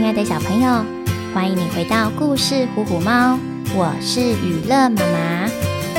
爱的小朋友，欢迎你回到故事虎虎猫，我是雨乐妈妈。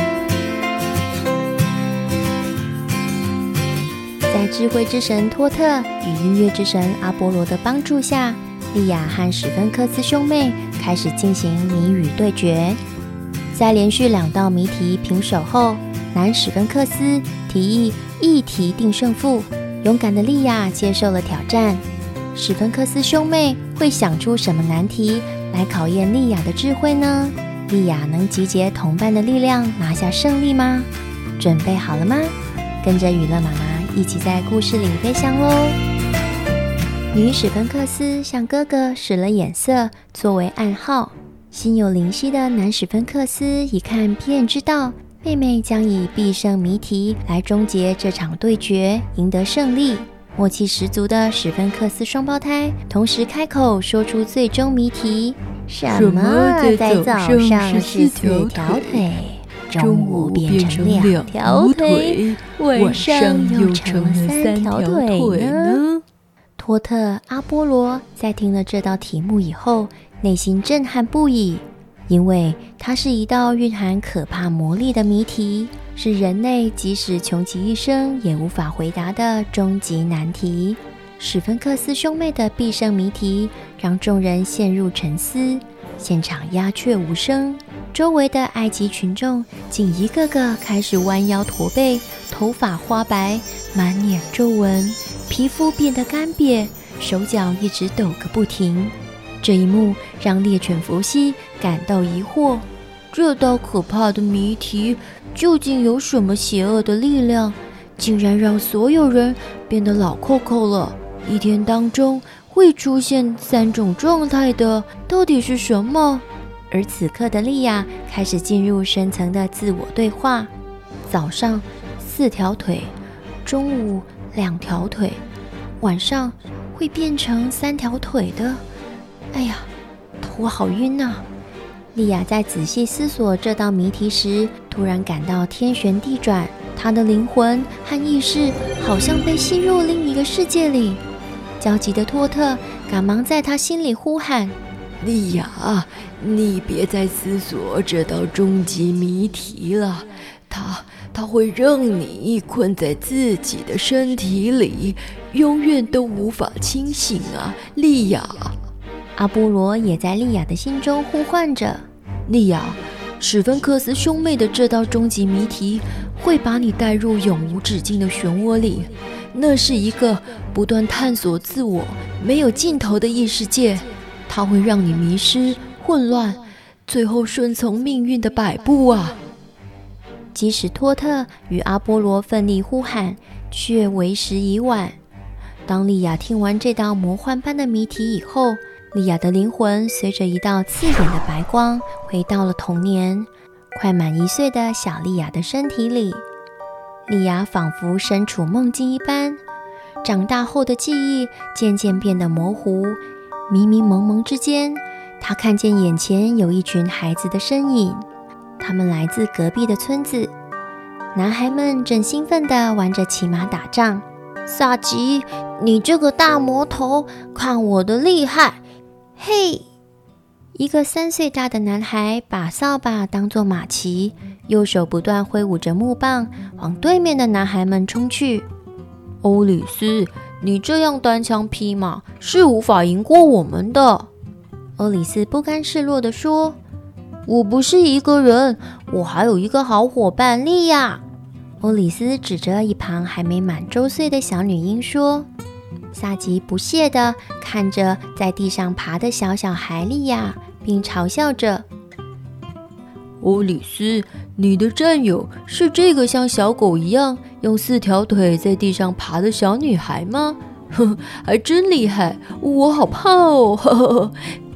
在智慧之神托特与音乐之神阿波罗的帮助下，莉亚和史芬克斯兄妹开始进行谜语对决。在连续2道谜题平手后，男史芬克斯提议一题定胜负，勇敢的莉亚接受了挑战。史芬克斯兄妹会想出什么难题来考验莉亚的智慧呢？莉亚能集结同伴的力量拿下胜利吗？准备好了吗？跟着雨乐妈妈一起在故事里飞翔咯。女史芬克斯向哥哥使了眼色作为暗号，心有灵犀的男史芬克斯一看便知道妹妹将以必胜谜题来终结这场对决，赢得胜利。默契十足的史芬克斯双胞胎同时开口说出最终谜题：什么在早上是4条腿，中午变成2条腿，晚上又成了3条腿呢？托特、阿波罗在听了这道题目以后，内心震撼不已，因为它是一道蕴含可怕魔力的谜题，是人类即使穷其一生也无法回答的终极难题。史芬克斯兄妹的必胜谜题让众人陷入沉思，现场鸦雀无声，周围的埃及群众竟一个个开始弯腰驼背，头发花白，满脸皱纹，皮肤变得干瘪，手脚一直抖个不停。这一幕让猎犬伏羲感到疑惑，这道可怕的谜题究竟有什么邪恶的力量，竟然让所有人变得老扣扣了？一天当中会出现3种状态的，到底是什么？而此刻的莉亚开始进入深层的自我对话，早上4条腿，中午2条腿，晚上会变成3条腿的。哎呀，头好晕啊！莉亚在仔细思索这道谜题时，突然感到天旋地转，她的灵魂和意识好像被吸入另一个世界里。焦急的托特赶忙在她心里呼喊： 莉亚，你别再思索这道终极谜题了，它会让你困在自己的身体里，永远都无法清醒啊，莉亚！ 阿波罗也在莉亚的心中呼唤着： 莉亚，史芬克斯兄妹的这道终极谜题会把你带入永无止境的漩涡里，那是一个不断探索自我、没有尽头的异世界，它会让你迷失、混乱，最后顺从命运的摆布啊！ 即使托特与阿波罗奋力呼喊，却为时已晚。当莉亚听完这道魔幻般的谜题以后，莉亚的灵魂随着一道刺眼的白光回到了童年，快满1岁的小莉亚的身体里。莉亚仿佛身处梦境一般，长大后的记忆渐渐变得模糊，迷迷蒙蒙之间，她看见眼前有一群孩子的身影，他们来自隔壁的村子，男孩们正兴奋地玩着骑马打仗。萨吉，你这个大魔头，看我的厉害！嘿！一个3岁大的男孩把扫把当作马骑，右手不断挥舞着木棒，往对面的男孩们冲去。欧里斯，你这样单枪匹马是无法赢过我们的。欧里斯不甘示弱地说：我不是一个人，我还有一个好伙伴莉亚。欧里斯指着一旁还没满周岁的小女婴说。萨吉不屑地看着在地上爬的小孩莉亚，并嘲笑着： 欧里斯，你的战友是这个像小狗一样用4条腿在地上爬的小女孩吗？哼，还真厉害，我好怕哦！呵呵。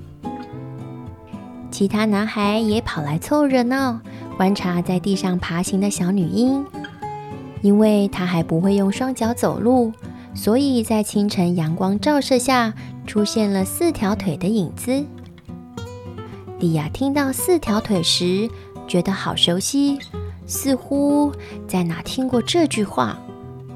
其他男孩也跑来凑热闹，观察在地上爬行的小女婴。因为她还不会用双脚走路，所以在清晨阳光照射下，出现了4条腿的影子。莉亚听到4条腿时，觉得好熟悉，似乎在哪听过这句话。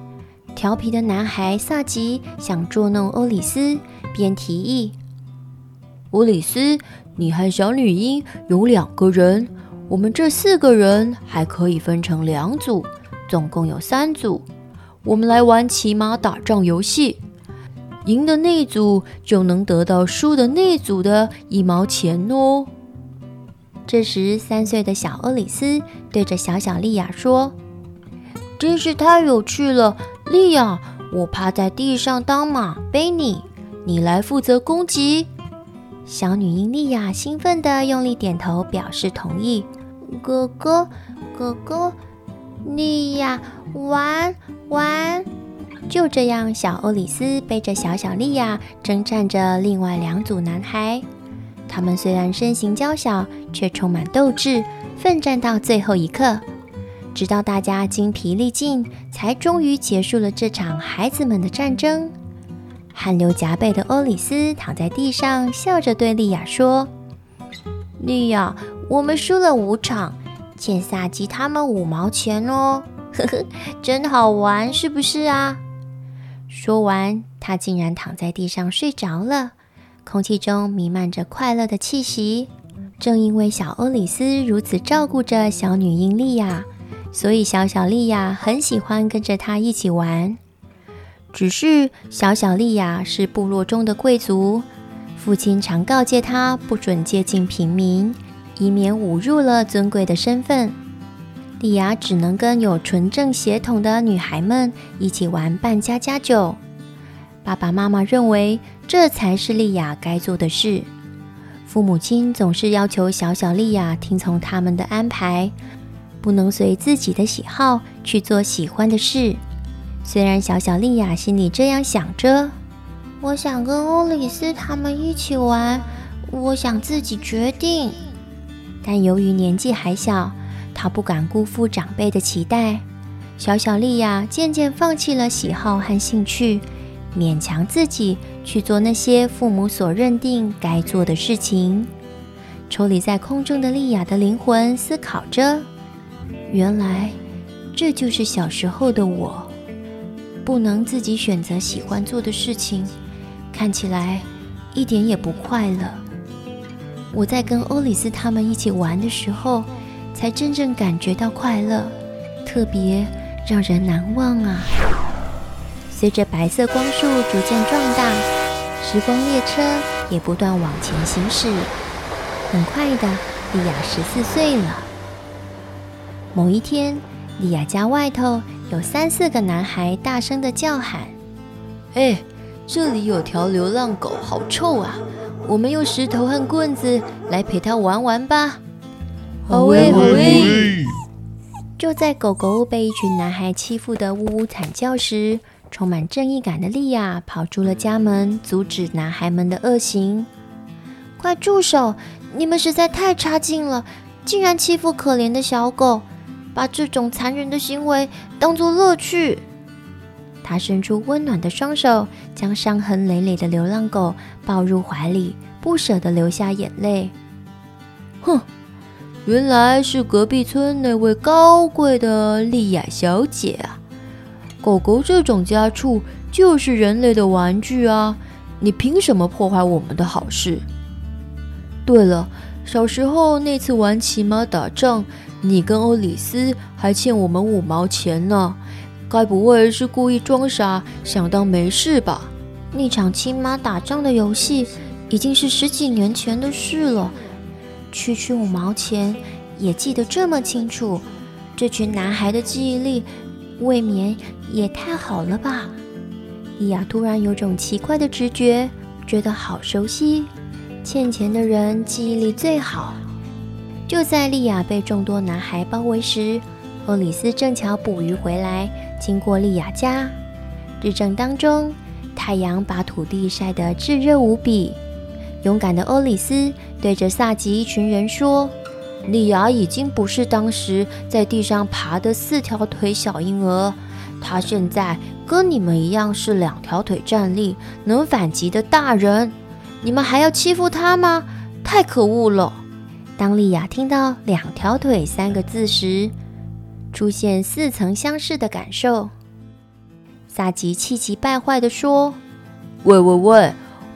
调皮的男孩萨吉想捉弄欧里斯，便提议： 欧里斯，你和小女婴有2个人，我们这4个人还可以分成2组，总共有3组。我们来玩骑马打仗游戏，赢的那组就能得到输的那组的1毛钱哦。 这时3岁的小欧里斯对着小小莉亚说：真是太有趣了，莉亚，我趴在地上当马背你，你来负责攻击。小女婴莉亚兴奋地用力点头表示同意。哥哥，莉亚，玩。就这样，小欧里斯背着小小莉亚征战着另外2组男孩。他们虽然身形娇小，却充满斗志，奋战到最后一刻，直到大家精疲力尽，才终于结束了这场孩子们的战争。汗流浃背的欧里斯躺在地上，笑着对莉亚说：莉亚，我们输了5场，欠萨基他们5毛钱哦，呵呵，真好玩，是不是啊？说完，他竟然躺在地上睡着了，空气中弥漫着快乐的气息。正因为小欧里斯如此照顾着小女婴莉亚，所以小小莉亚很喜欢跟着他一起玩。只是小小莉亚是部落中的贵族，父亲常告诫他不准接近平民，以免侮辱了尊贵的身份。莉亚只能跟有纯正血统的女孩们一起玩扮家家酒。爸爸妈妈认为这才是莉亚该做的事。父母亲总是要求小小莉亚听从他们的安排，不能随自己的喜好去做喜欢的事。虽然小小莉亚心里这样想着，我想跟欧里斯他们一起玩，我想自己决定。但由于年纪还小，她不敢辜负长辈的期待。小小莉亚渐渐放弃了喜好和兴趣，勉强自己去做那些父母所认定该做的事情。抽离在空中的莉亚的灵魂思考着，原来这就是小时候的我，不能自己选择喜欢做的事情，看起来一点也不快乐。我在跟欧里斯他们一起玩的时候，才真正感觉到快乐，特别让人难忘啊。随着白色光束逐渐壮大，时光列车也不断往前行驶。很快的，莉亚14岁了。某一天，莉亚家外头有3、4个男孩大声地叫喊： 这里有条流浪狗，好臭啊！我们用石头和棍子来陪它玩玩吧。 好诶！ 就在狗狗被一群男孩欺负得呜呜惨叫时，充满正义感的莉亚跑出了家门，阻止男孩们的恶行。快住手！你们实在太差劲了，竟然欺负可怜的小狗，把这种残忍的行为当作乐趣。他伸出温暖的双手，将伤痕累累的流浪狗抱入怀里，不舍得流下眼泪。 哼，原来是隔壁村那位高贵的莉亚小姐啊！狗狗这种家畜就是人类的玩具啊！你凭什么破坏我们的好事？对了，小时候那次玩骑马打仗，你跟欧里斯还欠我们5毛钱呢，该不会是故意装傻，想当没事吧？ 那场骑马打仗的游戏已经是10几年前的事了，区区5毛钱也记得这么清楚，这群男孩的记忆力未免也太好了吧？莉亚突然有种奇怪的直觉，觉得好熟悉。欠钱的人记忆力最好。就在莉亚被众多男孩包围时，欧里斯正巧捕鱼回来，经过莉亚家。日正当中，太阳把土地晒得炙热无比。勇敢的欧里斯对着萨吉一群人说：莉亚已经不是当时在地上爬的4条腿小婴儿，她现在跟你们一样是2条腿站立，能反击的大人。你们还要欺负她吗？太可恶了！当莉亚听到2条腿3个字时，出现似曾相识的感受。萨吉气急败坏地说：喂，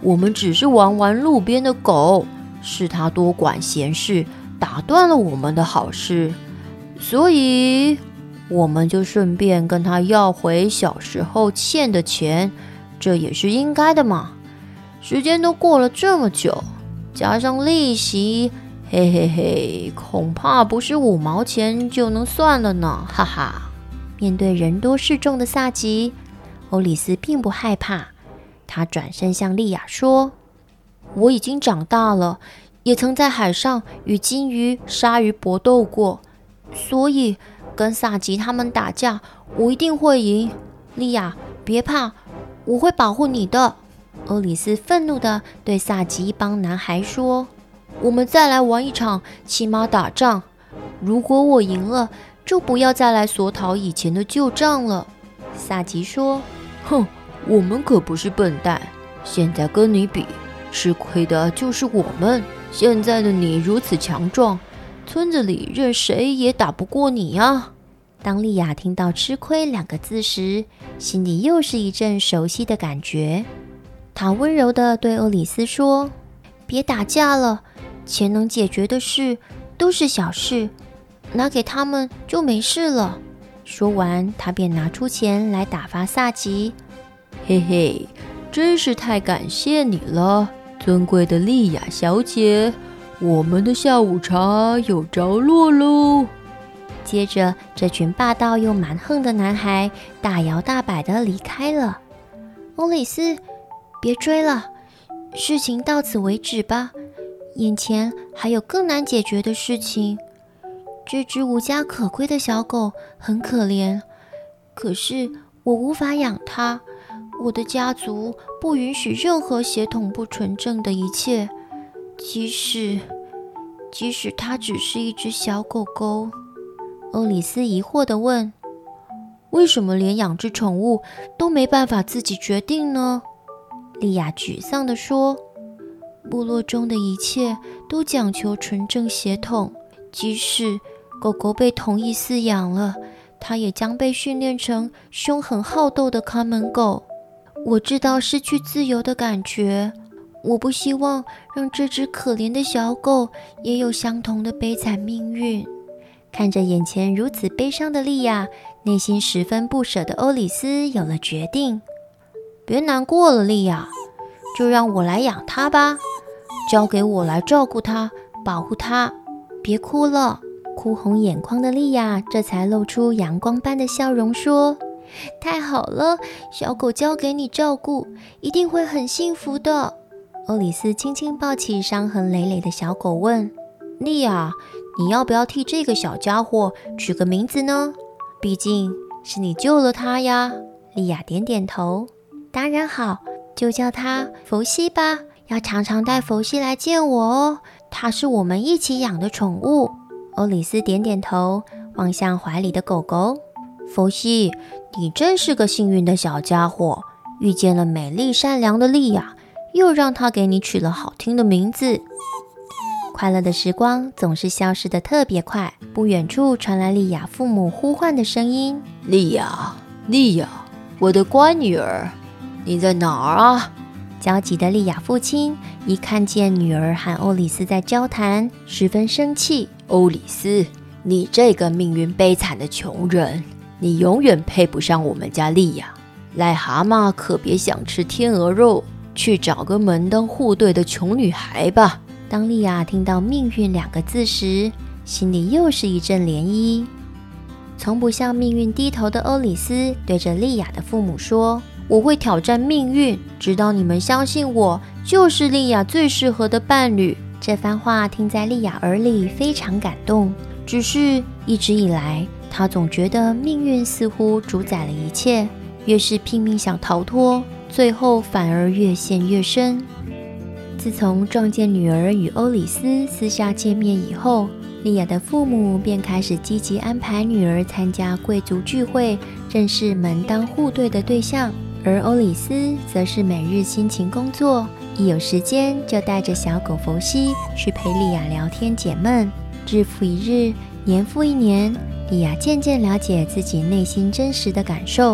我们只是玩玩路边的狗，是他多管闲事，打断了我们的好事，所以我们就顺便跟他要回小时候欠的钱，这也是应该的嘛。时间都过了这么久，加上利息，嘿嘿嘿，恐怕不是5毛钱就能算了呢，哈哈。 面对人多势众的萨吉，欧里斯并不害怕，他转身向莉亚说：“我已经长大了，也曾在海上与金鱼、鲨鱼搏斗过，所以跟萨吉他们打架，我一定会赢。莉亚，别怕，我会保护你的。”欧里斯愤怒地对萨吉一帮男孩说：“我们再来玩一场骑马打仗，如果我赢了，就不要再来索讨以前的旧账了。”萨吉说：“ 哼，我们可不是笨蛋，现在跟你比，吃亏的就是我们。现在的你如此强壮，村子里任谁也打不过你啊。” 当莉亚听到吃亏2个字时，心里又是一阵熟悉的感觉。她温柔地对欧里斯说：“别打架了，钱能解决的事都是小事，拿给他们就没事了。”说完，她便拿出钱来打发萨吉。 嘿嘿，真是太感谢你了，尊贵的莉亚小姐，我们的下午茶有着落喽。 接着，这群霸道又蛮横的男孩大摇大摆地离开了。欧里斯，别追了，事情到此为止吧，眼前还有更难解决的事情。这只无家可归的小狗很可怜，可是我无法养它，我的家族不允许任何血统不纯正的一切，即使它只是一只小狗狗。欧里斯疑惑地问：“为什么连养只宠物都没办法自己决定呢？”莉亚沮丧地说：“部落中的一切都讲求纯正血统，即使狗狗被同意饲养了，它也将被训练成凶狠好斗的看门狗。我知道失去自由的感觉，我不希望让这只可怜的小狗也有相同的悲惨命运。”看着眼前如此悲伤的莉亚，内心十分不舍的欧里斯有了决定。别难过了，莉亚，就让我来养它吧，交给我来照顾它，保护它。别哭了。哭红眼眶的莉亚这才露出阳光般的笑容，说：“太好了，小狗交给你照顾，一定会很幸福的。”欧里斯轻轻抱起伤痕累累的小狗，问：“莉亚，你要不要替这个小家伙取个名字呢？毕竟是你救了他呀。”莉亚点点头：“当然好，就叫他佛西吧，要常常带佛西来见我哦，他是我们一起养的宠物。”欧里斯点点头，望向怀里的狗狗：“佛西，你真是个幸运的小家伙，遇见了美丽善良的莉亚，又让她给你取了好听的名字。”快乐的时光总是消失得特别快，不远处传来莉亚父母呼唤的声音：“ 莉亚，莉亚，我的乖女儿，你在哪儿啊？” 焦急的莉亚父亲一看见女儿和欧里斯在交谈，十分生气：“ 欧里斯，你这个命运悲惨的穷人，你永远配不上我们家莉亚。癞蛤蟆可别想吃天鹅肉，去找个门当户对的穷女孩吧。” 当莉亚听到命运2个字时，心里又是一阵涟漪。从不向命运低头的欧里斯对着莉亚的父母说：“我会挑战命运，直到你们相信我就是莉亚最适合的伴侣。”这番话听在莉亚耳里非常感动，只是一直以来，她总觉得命运似乎主宰了一切，越是拼命想逃脱，最后反而越陷越深。自从撞见女儿与欧里斯私下见面以后，莉亚的父母便开始积极安排女儿参加贵族聚会，认识门当户对的对象，而欧里斯则是每日辛勤工作，一有时间就带着小狗佛西去陪莉亚聊天解闷。日复一日，年复一年，莉亚渐渐了解自己内心真实的感受，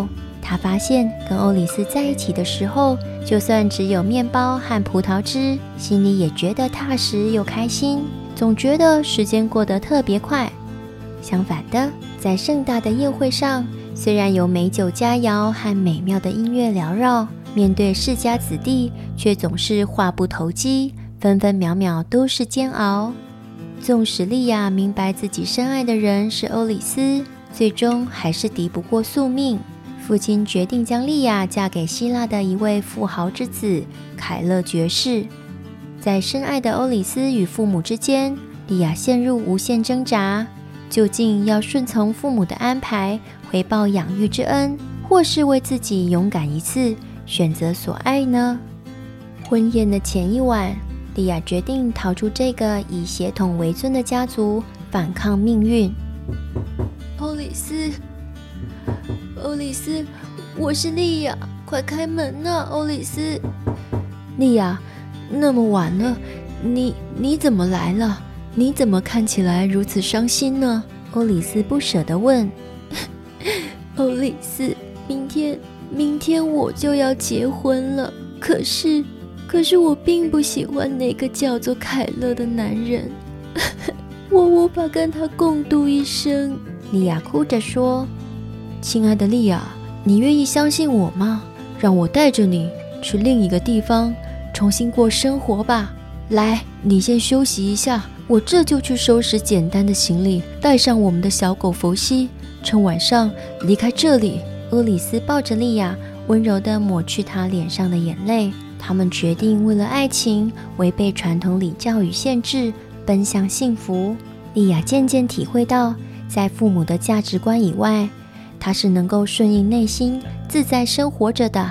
他发现跟欧里斯在一起的时候，就算只有面包和葡萄汁，心里也觉得踏实又开心，总觉得时间过得特别快。相反的，在盛大的宴会上，虽然有美酒佳肴和美妙的音乐缭绕，面对世家子弟，却总是话不投机，分分秒秒都是煎熬。纵使莉亚明白自己深爱的人是欧里斯，最终还是敌不过宿命。父亲决定将莉亚嫁给希腊的一位富豪之子凯勒爵士。在深爱的欧里斯与父母之间，莉亚陷入无限挣扎，究竟要顺从父母的安排，回报养育之恩，或是为自己勇敢一次，选择所爱呢？婚宴的前一晚，莉亚决定逃出这个以血统为尊的家族，反抗命运。 欧里斯，欧里斯，我是莉亚，快开门啊，欧里斯！莉亚，那么晚了，你怎么来了？你怎么看起来如此伤心呢？ 欧里斯不舍地问。 欧里斯，明天我就要结婚了，可是我并不喜欢那个叫做凯勒的男人，我无法跟他共度一生。 莉亚哭着说。 亲爱的莉亚，你愿意相信我吗？让我带着你去另一个地方重新过生活吧。来，你先休息一下，我这就去收拾简单的行李，带上我们的小狗佛西，趁晚上离开这里。 欧里斯抱着莉亚，温柔地抹去她脸上的眼泪。他们决定为了爱情，违背传统礼教与限制，奔向幸福。莉亚渐渐体会到，在父母的价值观以外，她是能够顺应内心，自在生活着的。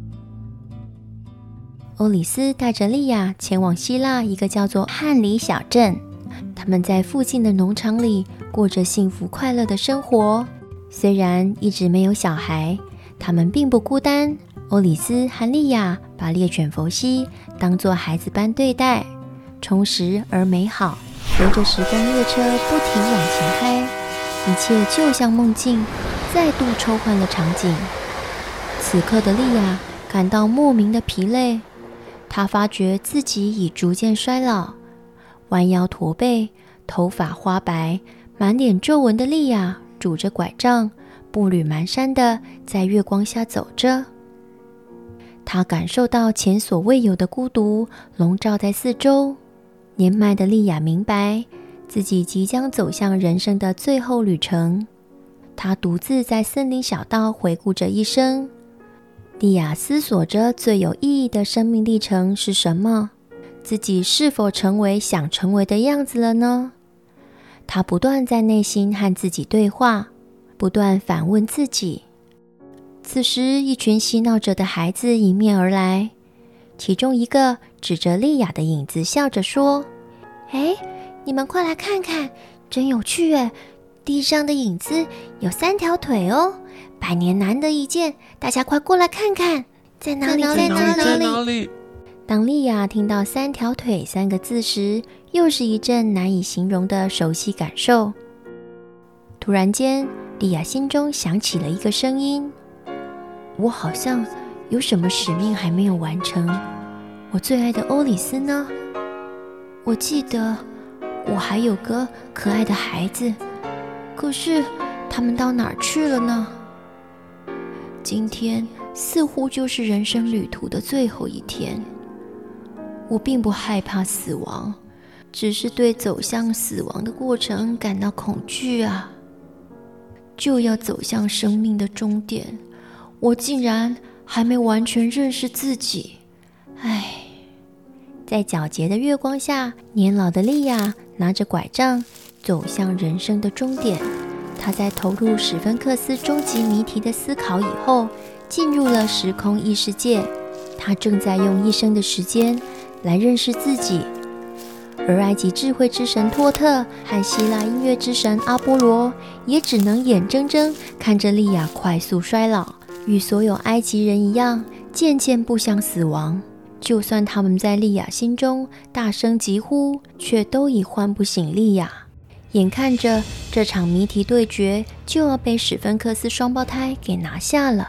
欧里斯带着莉亚前往希腊一个叫做汉里小镇，他们在附近的农场里过着幸福快乐的生活。虽然一直没有小孩，他们并不孤单。欧里斯和莉亚把猎犬佛西当作孩子般对待，充实而美好。随着时光列车不停往前开，一切就像梦境，再度抽换了场景。此刻的莉亚感到莫名的疲累，她发觉自己已逐渐衰老，弯腰驼背，头发花白，满脸皱纹的莉亚拄着拐杖，步履蹒跚地在月光下走着。她感受到前所未有的孤独笼罩在四周。年迈的莉亚明白自己即将走向人生的最后旅程。她独自在森林小道回顾着一生。莉亚思索着最有意义的生命历程是什么，自己是否成为想成为的样子了呢？她不断在内心和自己对话，不断反问自己。此时，一群嬉闹着的孩子迎面而来，其中一个指着莉亚的影子笑着说：“哎，你们快来看看，真有趣耶！地上的影子有3条腿哦，百年难得一见，大家快过来看看，在哪里？在哪里？”当莉亚听到3条腿3个字时，又是一阵难以形容的熟悉感受。突然间，莉亚心中响起了一个声音：我好像有什么使命还没有完成。我最爱的欧里斯呢？我记得我还有个可爱的孩子，可是他们到哪儿去了呢？今天似乎就是人生旅途的最后一天。我并不害怕死亡，只是对走向死亡的过程感到恐惧啊。就要走向生命的终点，我竟然还没完全认识自己。唉，在皎洁的月光下，年老的莉亚拿着拐杖走向人生的终点。她在投入史芬克斯终极谜题的思考以后，进入了时空异世界。她正在用一生的时间来认识自己，而埃及智慧之神托特和希腊音乐之神阿波罗也只能眼睁睁看着莉亚快速衰老，与所有埃及人一样，渐渐步向死亡。就算他们在莉亚心中大声疾呼，却都已唤不醒莉亚。眼看着这场谜题对决就要被史芬克斯双胞胎给拿下了，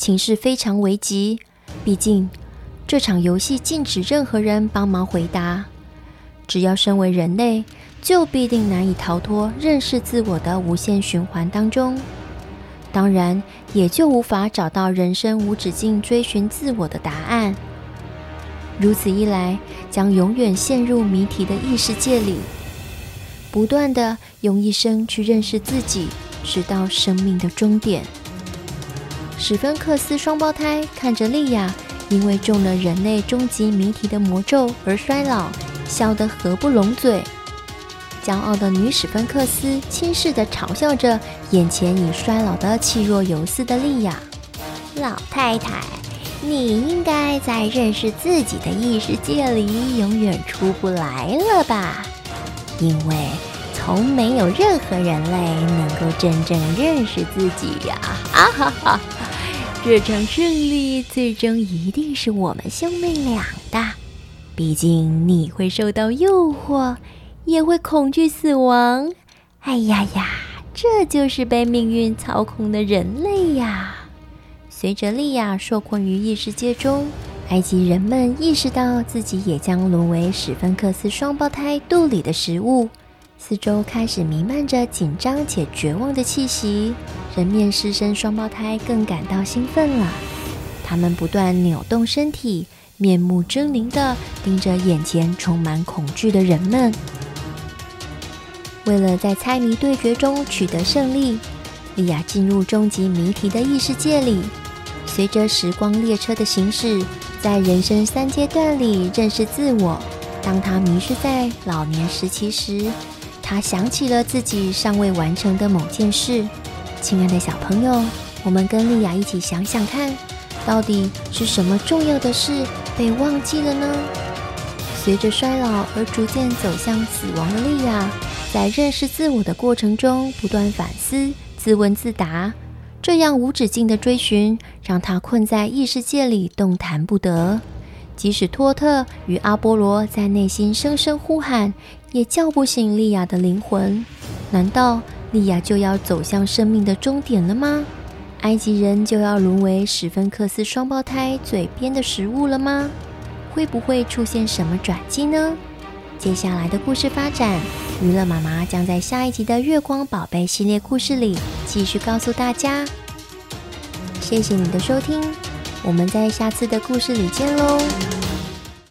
情势非常危急。毕竟这场游戏禁止任何人帮忙回答，只要身为人类，就必定难以逃脱认识自我的无限循环当中，当然也就无法找到人生无止境追寻自我的答案。如此一来，将永远陷入谜题的异世界里，不断地用一生去认识自己，直到生命的终点。史芬克斯双胞胎看着莉亚因为中了人类终极谜题的魔咒而衰老，笑得合不拢嘴。骄傲的女史芬克斯轻视地嘲笑着眼前已衰老的气若游丝的莉亚。 老太太，你应该在认识自己的异世界里永远出不来了吧？因为从没有任何人类能够真正认识自己呀！啊哈哈！这场胜利最终一定是我们兄妹俩的，毕竟你会受到诱惑，也会恐惧死亡。哎呀呀，这就是被命运操控的人类呀！ 随着莉亚受困于异世界中，埃及人们意识到自己也将沦为史芬克斯双胞胎肚里的食物，四周开始弥漫着紧张且绝望的气息。人面狮身双胞胎更感到兴奋了，他们不断扭动身体，面目狰狞地盯着眼前充满恐惧的人们。为了在猜谜对决中取得胜利，莉亚进入终极谜题的异世界里。随着时光列车的行驶，在人生3阶段里认识自我。当她迷失在老年时期时，她想起了自己尚未完成的某件事。亲爱的小朋友，我们跟莉亚一起想想看，到底是什么重要的事被忘记了呢？随着衰老而逐渐走向死亡的莉亚，在认识自我的过程中不断反思，自问自答。这样无止境的追寻，让她困在异世界里动弹不得。即使托特与阿波罗在内心声声呼喊，也叫不醒莉亚的灵魂。难道莉亚就要走向生命的终点了吗？埃及人就要沦为史芬克斯双胞胎嘴边的食物了吗？会不会出现什么转机呢？接下来的故事发展，娱乐妈妈将在下一集的月光宝贝系列故事里继续告诉大家。谢谢你的收听，我们在下次的故事里见喽。